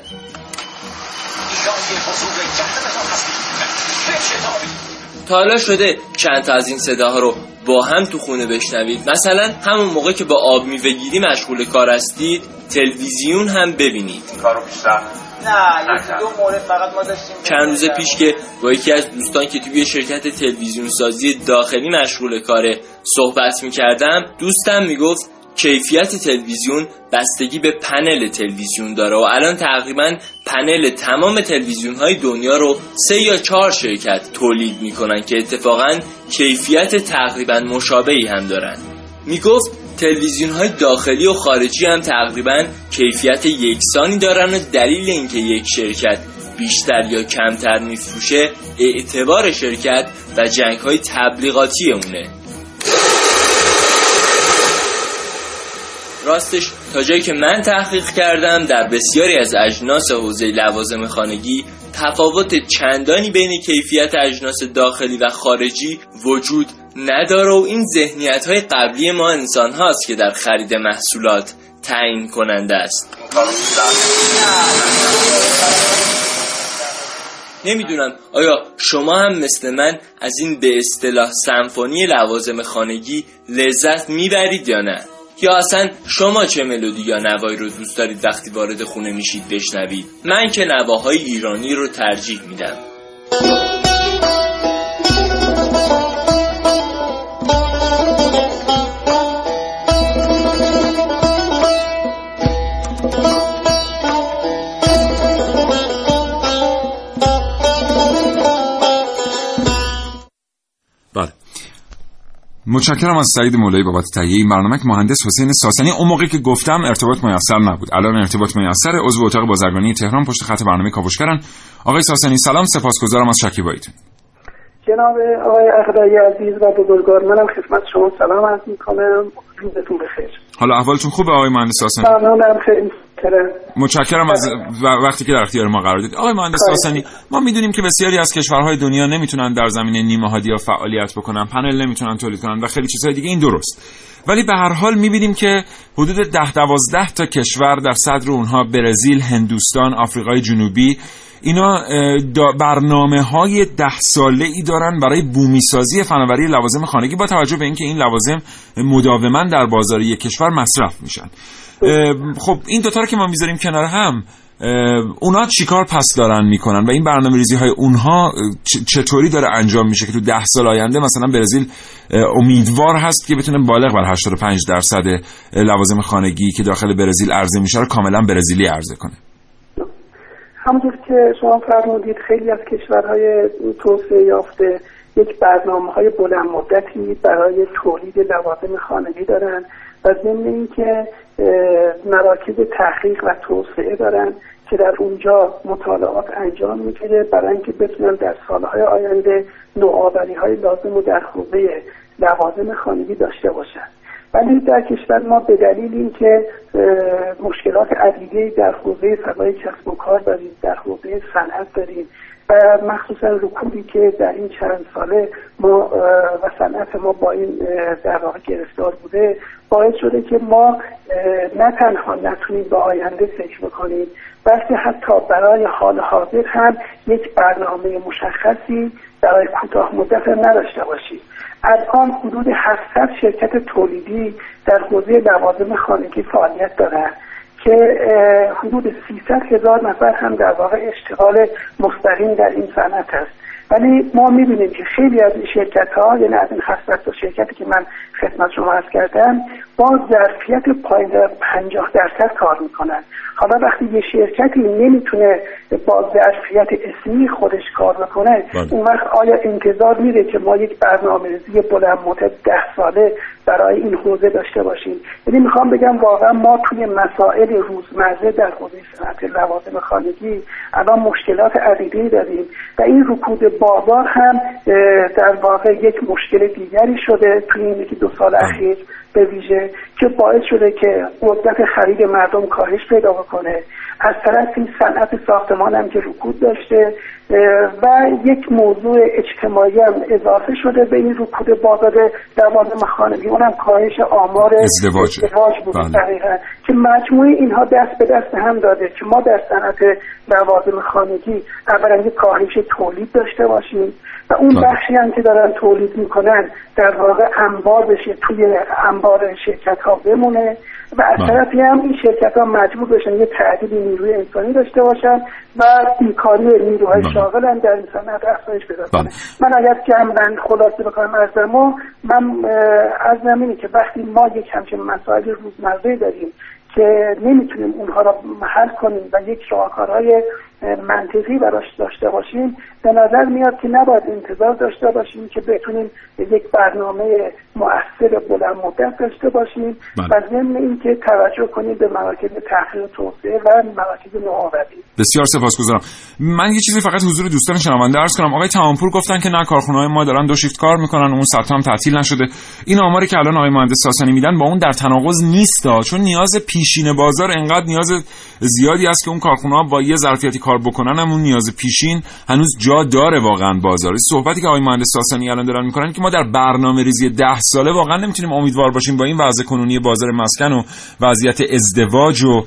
تا حالا شده چند تا از این صداها رو با هم تو خونه بشنوید؟ مثلا همون موقع که با آب میوه گیری مشغول کار هستید تلویزیون هم ببینید. کارو پیشرفت نه دو مورد فقط ما داشتیم. چند روز پیش که با یکی از دوستان که توی شرکت تلویزیون سازی داخلی مشغول کاره صحبت میکردم، دوستم میگفت کیفیت تلویزیون بستگی به پنل تلویزیون داره و الان تقریبا پنل تمام تلویزیون های دنیا رو سه یا چهار شرکت تولید میکنن که اتفاقا کیفیت تقریبا مشابهی هم دارن. میگفت تلویزیون های داخلی و خارجی هم تقریبا کیفیت یکسانی دارن و دلیل اینکه یک شرکت بیشتر یا کمتر میفروشه اعتبار شرکت و جنگ های تبلیغاتی اونه. راستش تا جایی که من تحقیق کردم در بسیاری از اجناس حوزه لوازم خانگی تفاوت چندانی بین کیفیت اجناس داخلی و خارجی وجود نداره و این ذهنیت‌های قبلی ما انسان هاست که در خرید محصولات تعیین کننده است. نمیدونم آیا شما هم مثل من از این به اصطلاح سمفونی لوازم خانگی لذت میبرید یا نه؟ یا اصلا شما چه ملودی یا نوایی رو دوست دارید وقتی وارد خونه میشید بشنوید؟ من که نواهای ایرانی رو ترجیح میدم. متشکرم از سعید مولایی بابت تهیه این برنامه. مهندس حسین ساسانی، اون موقعی که گفتم ارتباط میسر نبود، الان ارتباط میسر. عضو اتاق بازرگانی تهران پشت خط برنامه کاوشگرن. آقای ساسانی سلام، سپاسگزارم از شکیباییتون. جناب آقای اقدایی عزیز و بزرگوار، منم خدمت شما سلام عرض میکنم. روزتون بخیر. حالا احوالتون خوبه آقای مهندس ساسانی؟ ممنونم، خیلی متشکرم از وقتی که در اختیار ما قرار دادید. آقای مهندس ساسانی، ما میدونیم که بسیاری از کشورهای دنیا نمیتونن در زمینه نیمه هادی‌ها فعالیت بکنن، پنل نمیتونن تولید کنن و خیلی چیزهای دیگه. این درست، ولی به هر حال میبینیم که حدود ده دوازده تا کشور در صدر اونها برزیل، هندوستان، آفریقای جنوبی، اینا برنامه‌های ده ساله‌ای دارن برای بومی سازی فناوری لوازم خانگی، با توجه به اینکه این لوازم مداوما در بازار یک کشور مصرف میشن. خب این دوتا رو که ما میذاریم کنار هم، اونا چیکار پس دارن میکنن و این برنامه‌ریزی های اونها چطوری داره انجام میشه که تو ده سال آینده مثلا برزیل امیدوار هست که بتونه بالغ بر هشتاد و پنج درصد لوازم خانگی که داخل برزیل عرضه میشه رو کاملا برزیلی عرضه کنه؟ همونطور که شما فرمودید خیلی از کشورهای توسعه یافته یک برنامه‌های بلند مدتی برای تولید لوازم خانگی دارن و ضمن اینکه مراکز تحقیق و توسعه دارن که در اونجا مطالعات انجام میگیره برای اینکه بتونن در سالهای آینده نوآوری‌های لازم رو در حوزه لوازم خانگی داشته باشن. ولی در کشور ما به دلیل اینکه مشکلات عدیده‌ای در حوزه فضای کسب و کار داریم، در حوزه صنعت داریم و مخصوصا رکودی که در این چند ساله ما و صنعت ما با این در واقع گرفتار بوده، باعث شده که ما نه تنها نتونیم به آینده فکر بکنیم، بلکه حتی برای حال حاضر هم یک برنامه مشخصی برای کوتاه مدت نداشته باشیم. الان حدود هفتصد شرکت تولیدی در حوزه لوازم خانگی فعالیت دارند که حدود سیصد هزار نفر هم در واقع اشتغال مستقیم در این صنعت است. ولی ما می‌بینیم که خیلی از این شرکت‌ها، یعنی از این هفتصد تا شرکتی که من خدمت شما عرض کردم، با ظرفیت پایین پنجاه درصد کار میکنن. حالا وقتی یه شرکتی نمیتونه با ظرفیت اسمی خودش کار بکنه، اون وقت آیا انتظار میره که ما یک برنامه‌ریزی بلند مدت ده ساله برای این حوزه داشته باشیم؟ یعنی میخوام بگم واقعا ما توی مسائل روزمره در حوزه صنعت لوازم خانگی الان مشکلات عدیدی داریم و این رکود بازار هم در واقع یک مشکل دیگری شده توی این یکی دو سال اخیر به ویژه که باعث شده که قدرت خرید مردم کاهش پیدا بکنه. از طرفی صنعت ساختمان هم که رکود داشته و یک موضوع اجتماعی هم اضافه شده به این رکود بازار لوازم خانگی، اونم کاهش آمار ازدواج, ازدواج بود دقیقاً، که مجموعه اینها دست به دست هم داده که ما در صنعت لوازم خانگی اولا یک کاهش تولید داشته باشیم و اون بخشی هم که دارن تولید میکنن در واقع انبار بشه، توی انبار شرکت ها بمونه و از طرفی هم این شرکت ها مجبور بشن یه تعدیل نیروی انسانی داشته باشن و بیکاری نیروهای شاغل هم در این صنعت افزایش پیدا کنه. من اگر جمع خلاصه بکنم از ما من از زمینی که وقتی ما یک همچین مسائل روزمره داریم که نمیتونیم اونها را حل کنیم و یک راهکارهای منطقی براش داشته باشیم، به نظر میاد که نباید انتظار داشته باشیم که بتونیم یک برنامه مؤثر بلند مدت داشته باشیم و ضمن اینکه توجه کنیم به مراکز تحقیق توسعه و مراکز نوآوری. بسیار سپاسگزارم. من یه چیزی فقط حضور دوستان شنونده عرض کنم. آقای تمامپور گفتن که نه کارخونه‌های ما دارن دو شیفت کار میکنن، اون سطح هم تعطیل نشده. این آماری که الان آقای مهندس ساسانی میدن با اون در تناقض نیست، چون نیاز پیشین بازار انقدر نیاز زیادی است که اون کارخونه‌ها با یه ظرفیتی کار بکنن، همون نیاز پیشین هنوز جا داره واقعا بازار. صحبتی که آقای مهندس ساسانی الان دارن میکنن که ما در برنامه‌ریزی ده ساله واقعا نمیتونیم امیدوار باشیم با این وضع کنونی بازار مسکن و وضعیت ازدواج و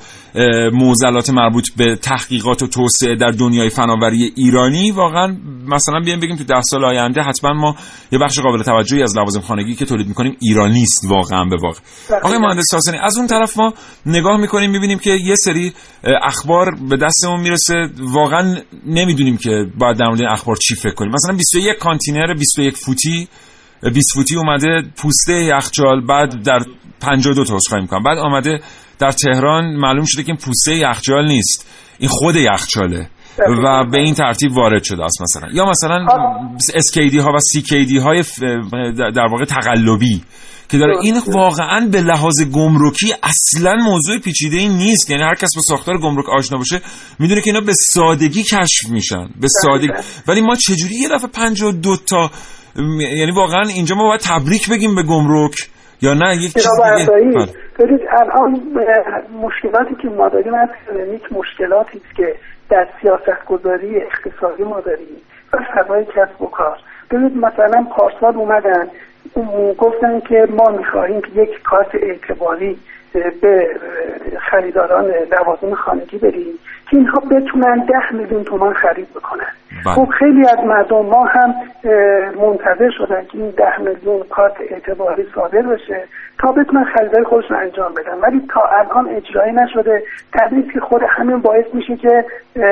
معضلات مربوط به تحقیقات و توسعه در دنیای فناوری ایرانی. واقعا مثلا بیایم بگیم تو ده سال آینده حتما ما یه بخش قابل توجهی از لوازم خانگی که تولید میکنیم ایرانی است واقعا به واقع. آقای مهندس ساسانی، از اون طرف ما نگاه میکنیم میبینیم که یه سری اخبار به دستمون میرسه، واقعا نمیدونیم که باید در مورد اخبار چی فکر کنیم. مثلا بیست و یک کانتینر بیست و یک فوتی بیست فوتی اومده پوسته یخچال، بعد در پنجاه و دو تا خواهیم کنم، بعد آمده در تهران معلوم شده که این پوسته یخچال نیست، این خود یخچاله. و به این ترتیب وارد شده است مثلا. یا مثلا اس کی دی ها و سی کی دی های در واقع تقلبی که داره. این واقعا به لحاظ گمرکی اصلا موضوع پیچیده‌ای نیست، یعنی هر کس با ساختار گمرک آشنا باشه میدونه که اینا به سادگی کشف میشن، به سادگی. ولی ما چجوری یه دفعه پنجاه و دو تا، یعنی واقعا اینجا ما باید تبریک بگیم به گمرک یا نه یک چیز دیگه؟ ببینید الان مشکلاتی که ما داریم از یک مشکلاتی است که در سیاست گذاری اقتصادی ما داریم و فضای کسب و کار. ببینید مثلا پارسال اومدن گفتن که ما میخواهیم که یک کارت اعتباری به خریداران لوازم خانگی بدیم که اینها بتونن ده میلیون تومان خرید بکنن. خب خیلی از مردم ما هم منتظر شدن که این ده میلیون کارت اعتباری صادر بشه تا بتونن خریدای خودشون انجام بدن، ولی تا الان اجرایی نشده. طبیعی که خود همین باعث میشه که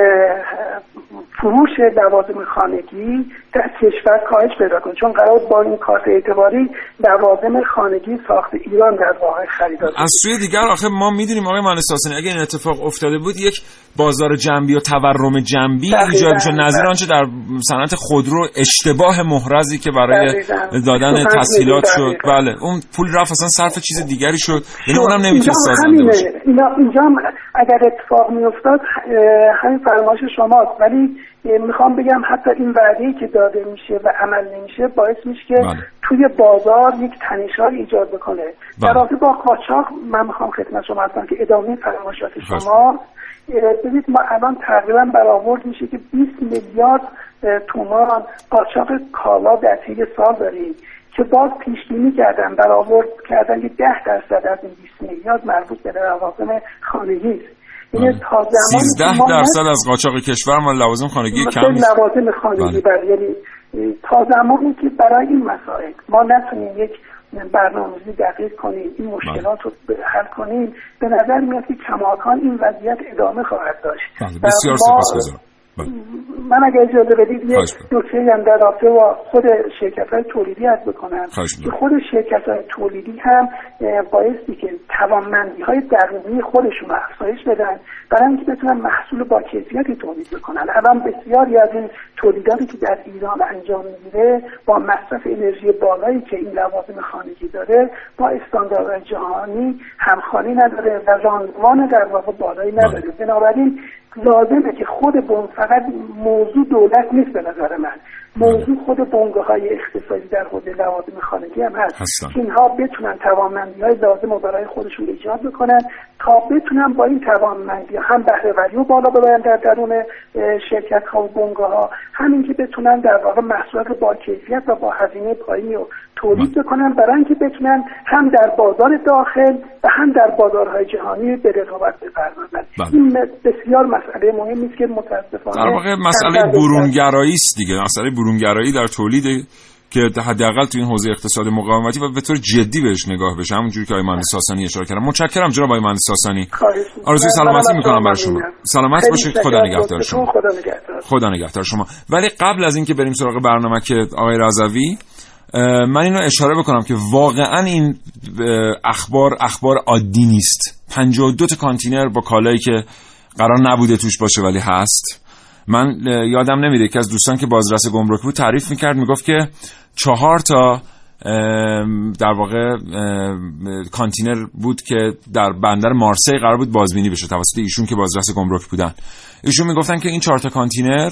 فروش لوازم خانگی در کشور کاهش پیدا کنه، چون قرار با این کارت اعتباری لوازم خانگی ساخت ایران در واقع خریدار. از سوی دیگر آخه ما میدونیم آقای مهندس حسینی اگه این اتفاق افتاده بود یک بازار جنبی و تورم جنبی ایجاد میشد، نظیر آنچه در صنعت خودرو اشتباه محرزی که برای دادن تسهیلات شد، بله اون پول رفت اصلا صرف چیز دیگری شد، یعنی اونم نمیتونه سازنده باشه. اینا اینجا اگر اتفاق میافتاد همین فرمایش شماست، ولی میخوام بگم حتی این وعده‌ای که داده میشه و عمل نمیشه باعث میشه که بله. توی بازار یک تنش‌های ایجاد بکنه. بله. در رابطه با قاچاق من میخوام خدمت شما هستم که ادامه فرمایشات شما. ببینید ما الان تقریبا برآورد میشه که بیست میلیارد تومان قاچاق کالا در طی سال داریم که باز پیش بینی کردن برآورد کردن که ده درصد از این بیست میلیارد مربوط به لوازم خانگی است. یعنی تا زمانی سیزده درصد از قاچاق کشور ما لوازم خانگی کم نیست. لوازم خانگی بله. یعنی تا زمانی که برای این مسائل ما نتونیم یک برنامه‌ریزی دقیق کنیم، این مشکلات رو حل کنیم، به نظر میاد که کماکان این وضعیت ادامه خواهد داشت. بسیار سپاسگزارم. من اگر اجازه بدید یک نکته هم در رابطه با خود شرکت‌های تولیدی عرض بکنم که خود شرکت‌های تولیدی هم بایستی که توانمندی‌های درونی خودشون رو افزایش بدن برای اینکه بتونن محصول با کیفیتی تولید بکنن. الان بسیاری از این تولیداتی که در ایران انجام میگیره با مصرف انرژی بالایی که این لوازم خانگی داره با استانداردهای جهانی همخوانی نداره و راندمان در واقع بالایی نداره. بنابراین لازمه که خود بن فقط موضوع دولت نیست، به نظر من موضوع خود بنگاه‌های اقتصادی در حوزه لوازم خانگی هم هست که اینها بتونن توانمندی‌های لازم رو برای خودشون ایجاد بکنن تا بتونن با این توانمندی‌ها هم بهره‌وری رو بالا ببرن در درون شرکت‌ها و بنگاه‌ها، همین که بتونن در واقع محصولات رو با کیفیت و با هزینه پایینی رو تولید بکنن برای اینکه بتونن هم در بازار داخل و هم در بازارهای جهانی به رقابت بپردازن. این بسیار مسئله مهمی است که متأسفانه در واقع مسئله برونگرایی است دیگه، مسئله برونگرایی در تولید که حداقل تو این حوزه اقتصاد مقاومتی و به طور جدی بهش نگاه بشه، همونجوری که آقای مهندس حسانی اشاره کردن. متشکرم جناب آقای مهندس حسانی. آرزوی سلامتی میکنم برای شما. سلامت باشید. خدا نگهدار شما. خدا نگهدار شما. ولی قبل از اینکه بریم سراغ برنامه که آقای رضوی، من اینو اشاره بکنم که واقعا این اخبار اخبار عادی نیست. پنجاه و دو تا کانتینر با کالایی که قرار نبوده توش باشه ولی هست. من یادم نمیده که از دوستان که بازرس گمرک بود تعریف میکرد، میگفت که چهار تا در واقع کانتینر بود که در بندر مارسی قرار بود بازبینی بشه توسط ایشون که بازرس گمرک بودن. ایشون میگفتن که این چهار تا کانتینر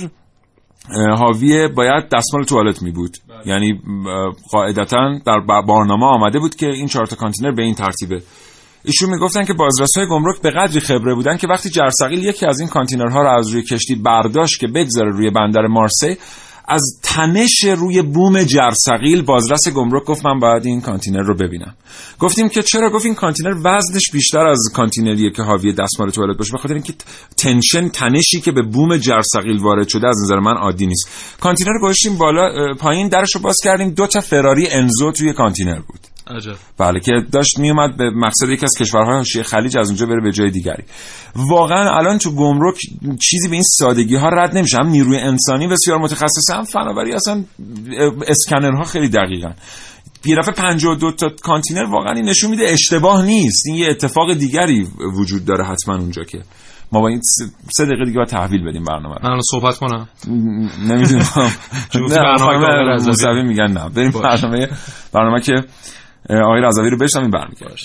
حاوی باید دستمال توالت می بود، یعنی قاعدتاً در برنامه آمده بود که این چهار تا کانتینر به این ترتیبه. ایشون میگفتن که بازرسای گمرک به قدری خبره بودن که وقتی جرثقیل یکی از این کانتینرها رو از روی کشتی برداشت که بگذاره روی بندر مارسی، از تنش روی بوم جرثقیل بازرس گمرک گفت من باید این کانتینر رو ببینم. گفتیم که چرا؟ گفت این کانتینر وزنش بیشتر از کانتینریه که حاوی دستمال توالت باشه، بخاطر اینکه تنشن تنشی که به بوم جرثقیل وارد شده از نظر من عادی نیست. کانتینر رو گذاشتیم بالا، پایین درش رو باز کردیم، دو تا فراری انزو توی کانتینر بود. عجب. بله، که داشت می اومد به مقصد یکی از کشورهای حاشیه خلیج از اونجا بره به جای دیگری. واقعا الان تو گمرک چیزی به این سادگی ها رد نمیشه. هم نیروی انسانی بسیار متخصصه، هم فناوری، اصلا اسکنرها خیلی دقیقاً. یه دفعه پنجاه و دو تا کانتینر واقعا این نشون میده اشتباه نیست، این یه اتفاق دیگری وجود داره حتما اونجا که ما با این سه دقیقه دیگه باید تحویل بدیم برنامه. من صحبت کنم نمیدونم. نه برنامه رضوی میگن نه بریم برنامه برنامه که آقای رضوی رو بشنویم برمیگردیم.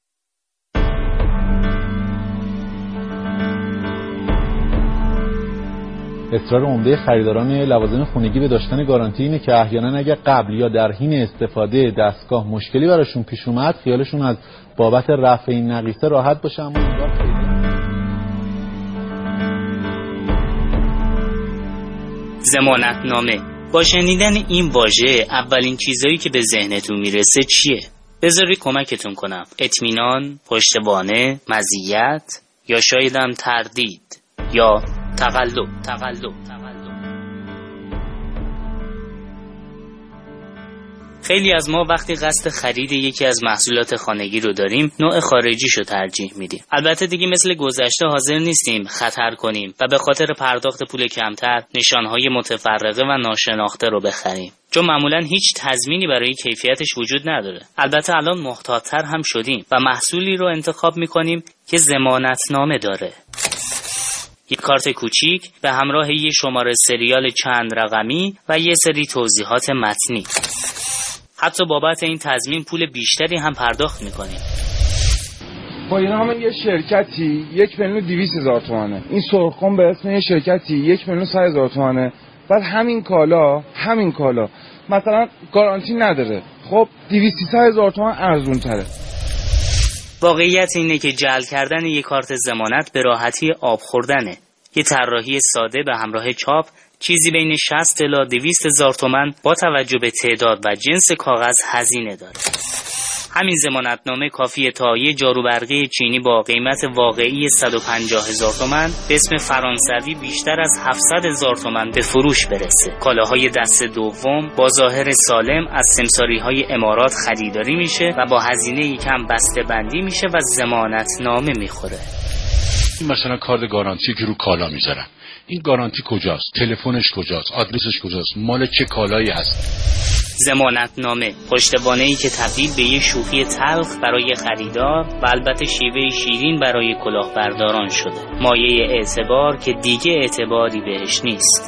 اصرار عمده خریداران لوازم خانگی به داشتن گارانتی اینه که احیانا اگر قبل یا در حین استفاده دستگاه مشکلی براشون پیش اومد خیالشون از بابت رفع این نقیصه راحت باشه، اما انگار ضمانتنامه. با شنیدن این واژه اولین چیزایی که به ذهنتون میرسه چیه؟ بذارید کمکتون کنم. اطمینان، پشتوانه، مزیت یا شاید هم تردید یا تقلب تقلب تقلب. خیلی از ما وقتی قصد خرید یکی از محصولات خانگی رو داریم نوع خارجیشو ترجیح میدیم. البته دیگه مثل گذشته حاضر نیستیم خطر کنیم و به خاطر پرداخت پول کمتر نشانهای متفرقه و ناشناخته رو بخریم، چون معمولا هیچ تضمینی برای کیفیتش وجود نداره. البته الان محتاط‌تر هم شدیم و محصولی رو انتخاب میکنیم که ضمانتنامه داره. یک کارت کوچیک به همراه یک شماره سریال چند رقمی و یه سری توضیحات متنی. حتی بابت این تضمین پول بیشتری هم پرداخت میکنیم. با نام یه شرکتی یک میلیون دویست هزار تومانه، این سرخم به اسم یه شرکتی یک میلیون صد هزار تومانه. بعد همین کالا همین کالا مثلا گارانتی نداره، خب دویست هزار تومان ارزون تره. واقعیت اینه که جعل کردن یک کارت ضمانت به راحتی آب خوردنه. یه طراحی ساده به همراه چاپ چیزی بین شصت الی دویست هزار تومان با توجه به تعداد و جنس کاغذ هزینه داره. همین ضمانتنامه کافیه تا یه جاروبرقی چینی با قیمت واقعی صد و پنجاه هزار تومان به اسم فرانسوی بیشتر از هفتصد هزار تومان به فروش برسه. کالاهای دست دوم با ظاهر سالم از سمساری‌های امارات خریداری میشه و با هزینه کم بسته بندی میشه و ضمانتنامه میخوره. این مثلا کارت گارانتی که رو کالا میذارن، این گارانتی کجاست؟ تلفنش کجاست؟ آدرسش کجاست؟ مال چه کالایی هست؟ ضمانتنامه، پشتوانه‌ای که تبدیل به یه شوخی تلخ برای خریدار و البته شیوه شیرین برای کلاهبرداران شده. مایه اعتبار که دیگه اعتباری بهش نیست.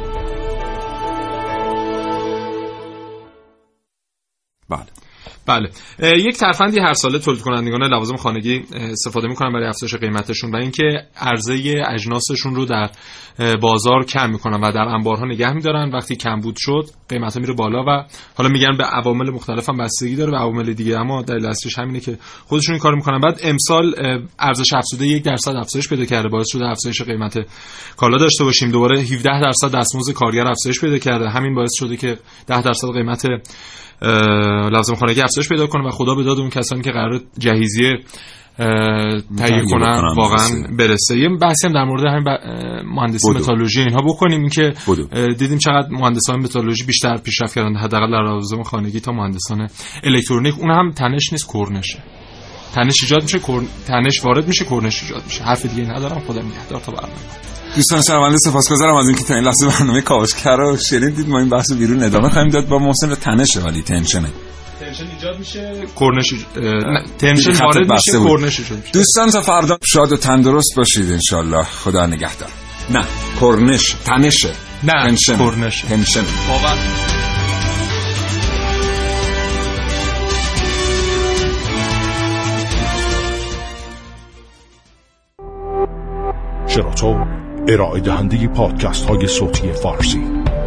بله. بله، یک ترفندی هر ساله تولید کنندگان لوازم خانگی استفاده میکنن برای افزایش قیمتشون و اینکه عرضه اجناسشون رو در بازار کم میکنن و در انبارها نگه میدارن. وقتی کمبود شد قیمتا میره بالا و حالا میگن به عوامل مختلف هم بستگی داره و عوامل دیگه، اما دلیل اصلیش همینه که خودشون این کارو میکنن. بعد امسال ارزش افزوده یک درصد افزایش پیدا کرده، باعث شده افزایش قیمت کالا داشته باشیم. دوباره هفده درصد دستمزد کارگر افزایش پیدا کرده، همین باعث شده که ده درصد قیمت لوازم خانگی افزایش پیدا کنه و خدا به داد اون کسانی که قرار جهیزیه تهیه کنن واقعا برسه. یه بحثی هم در مورد همین مهندسی متالورژی اینها بکنیم، که دیدیم چقدر مهندسان متالورژی بیشتر پیشرفت کردن حداقل در لوازم خانگی تا مهندسان الکترونیک. اون هم تنش نیست، کرنشه. تنش ایجاد میشه، کرن... تنش وارد میشه، کرنش ایجاد میشه. حرف دیگه ندارم. خدا نگهدار تا برنامه. دوستان شنونده سپاسگزارم از اینکه تا این لحظه برنامه کاوشگر رو شنیدید. ما این بحث رو بیرون ادامه خواهیم داد با محسن. تنشه ولی تنشنه، تنشن ایجاد میشه، کرنش تنشن وارد میشه، کرنش ایجاد میشه. دوستان تا فردا شاد و تندرست باشید ان شاء الله. خدا نگهدار. نه کرنش، تنشه، نه تنشن، کرنش، تنشن. واقعا شراطو ارائه دهنده پادکست های صوتی فارسی.